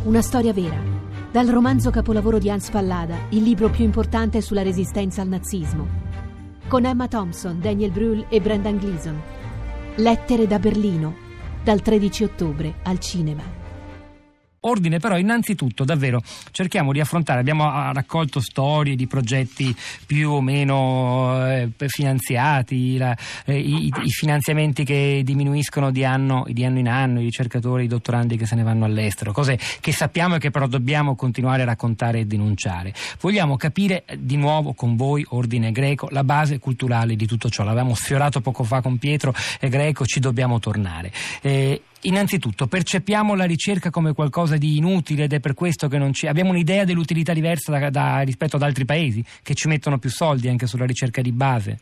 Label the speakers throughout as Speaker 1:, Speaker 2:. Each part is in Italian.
Speaker 1: Una storia vera. Dal romanzo capolavoro di Hans Fallada, il libro più importante sulla resistenza al nazismo. Con Emma Thompson, Daniel Brühl e Brendan Gleeson. Lettere da Berlino, dal 13 ottobre al cinema.
Speaker 2: Ordine, però innanzitutto davvero cerchiamo di affrontare, abbiamo raccolto storie di progetti più o meno finanziati, i finanziamenti che diminuiscono di anno in anno, i ricercatori, i dottorandi che se ne vanno all'estero, cose che sappiamo e che però dobbiamo continuare a raccontare e denunciare. Vogliamo capire di nuovo con voi, Ordine Greco, la base culturale di tutto ciò. L'avevamo sfiorato poco fa con Pietro e Greco, ci dobbiamo tornare. Innanzitutto percepiamo la ricerca come qualcosa di inutile ed è per questo che non abbiamo un'idea dell'utilità diversa rispetto ad altri paesi che ci mettono più soldi anche sulla ricerca di base.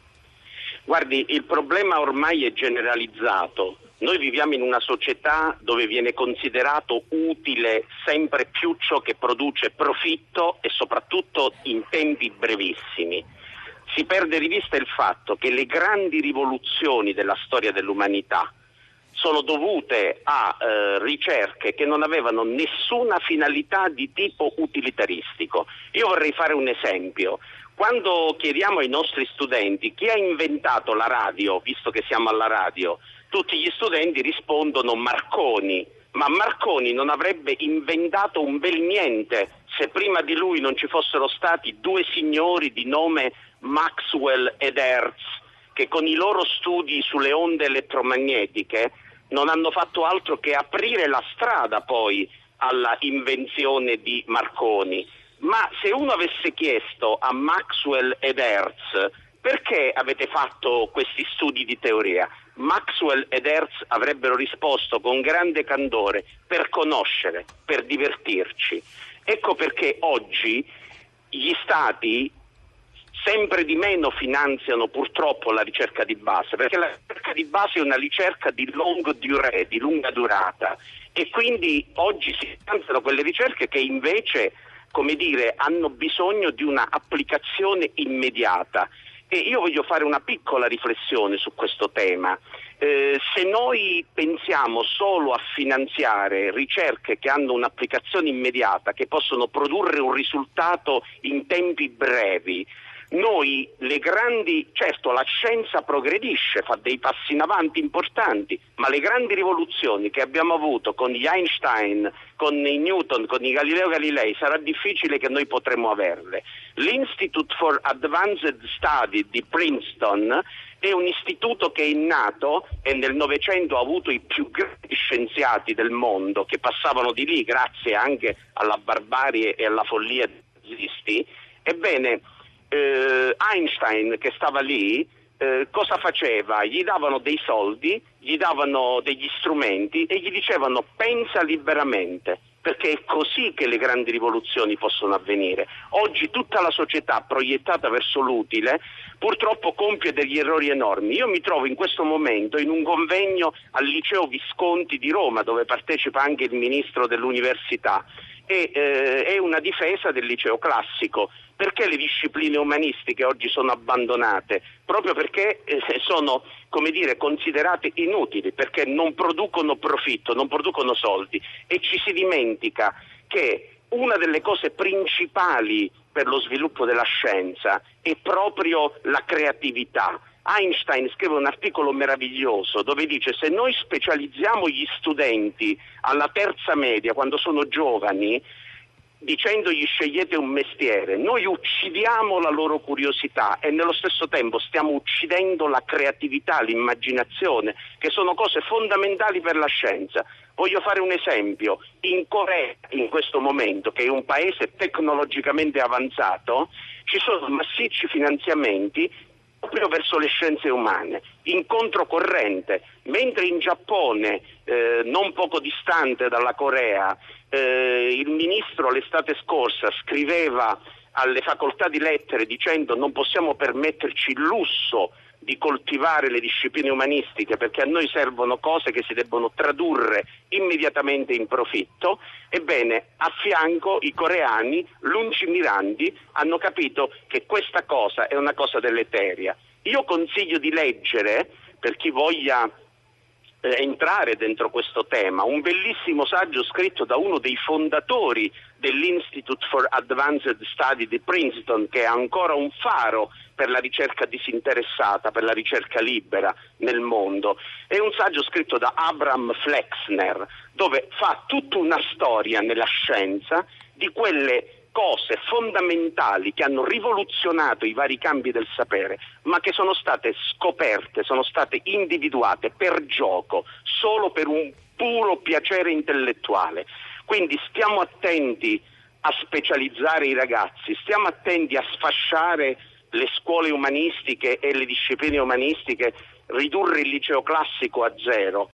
Speaker 3: Guardi, il problema ormai è generalizzato. Noi viviamo in una società dove viene considerato utile sempre più ciò che produce profitto e soprattutto in tempi brevissimi. Si perde di vista il fatto che le grandi rivoluzioni della storia dell'umanità sono dovute a ricerche che non avevano nessuna finalità di tipo utilitaristico. Io vorrei fare un esempio. Quando chiediamo ai nostri studenti chi ha inventato la radio, visto che siamo alla radio, tutti gli studenti rispondono Marconi, ma Marconi non avrebbe inventato un bel niente se prima di lui non ci fossero stati due signori di nome Maxwell ed Hertz, che con i loro studi sulle onde elettromagnetiche non hanno fatto altro che aprire la strada poi alla invenzione di Marconi. Ma se uno avesse chiesto a Maxwell ed Hertz perché avete fatto questi studi di teoria, Maxwell ed Hertz avrebbero risposto con grande candore: per conoscere, per divertirci. Ecco perché oggi gli stati sempre di meno finanziano purtroppo la ricerca di base, perché la ricerca di base è una ricerca di longue durée, di lunga durata, e quindi oggi si finanziano quelle ricerche che invece, come dire, hanno bisogno di una applicazione immediata. E io voglio fare una piccola riflessione su questo tema. Se noi pensiamo solo a finanziare ricerche che hanno un'applicazione immediata, che possono produrre un risultato in tempi brevi, noi certo la scienza progredisce, fa dei passi in avanti importanti, ma le grandi rivoluzioni che abbiamo avuto con gli Einstein, con i Newton, con i Galileo Galilei, sarà difficile che noi potremo averle. L'Institute for Advanced Study di Princeton è un istituto che è nato e nel Novecento ha avuto i più grandi scienziati del mondo che passavano di lì grazie anche alla barbarie e alla follia dei nazisti. Ebbene, Einstein, che stava lì, cosa faceva? Gli davano dei soldi, gli davano degli strumenti e gli dicevano pensa liberamente, perché è così che le grandi rivoluzioni possono avvenire. Oggi tutta la società proiettata verso l'utile purtroppo compie degli errori enormi. Io mi trovo in questo momento in un convegno al Liceo Visconti di Roma, dove partecipa anche il ministro dell'università, e è una difesa del liceo classico. Perché le discipline umanistiche oggi sono abbandonate? Proprio perché sono, come dire, considerate inutili, perché non producono profitto, non producono soldi, e ci si dimentica che una delle cose principali per lo sviluppo della scienza è proprio la creatività. Einstein scrive un articolo meraviglioso dove dice: se noi specializziamo gli studenti alla terza media quando sono giovani, dicendogli scegliete un mestiere, noi uccidiamo la loro curiosità e nello stesso tempo stiamo uccidendo la creatività, l'immaginazione, che sono cose fondamentali per la scienza. Voglio fare un esempio. In Corea, in questo momento, che è un paese tecnologicamente avanzato, ci sono massicci finanziamenti proprio verso le scienze umane, in controcorrente, mentre in Giappone, non poco distante dalla Corea, il ministro l'estate scorsa scriveva alle facoltà di lettere dicendo non possiamo permetterci il lusso di coltivare le discipline umanistiche perché a noi servono cose che si debbono tradurre immediatamente in profitto. Ebbene, a fianco i coreani, lungimiranti, hanno capito che questa cosa è una cosa deleteria. Io consiglio di leggere, per chi voglia entrare dentro questo tema. Un bellissimo saggio scritto da uno dei fondatori dell'Institute for Advanced Study di Princeton, che è ancora un faro per la ricerca disinteressata, per la ricerca libera nel mondo. È un saggio scritto da Abraham Flexner, dove fa tutta una storia nella scienza di quelle cose fondamentali che hanno rivoluzionato i vari campi del sapere, ma che sono state scoperte, sono state individuate per gioco, solo per un puro piacere intellettuale. Quindi stiamo attenti a specializzare i ragazzi, stiamo attenti a sfasciare le scuole umanistiche e le discipline umanistiche, ridurre il liceo classico a zero,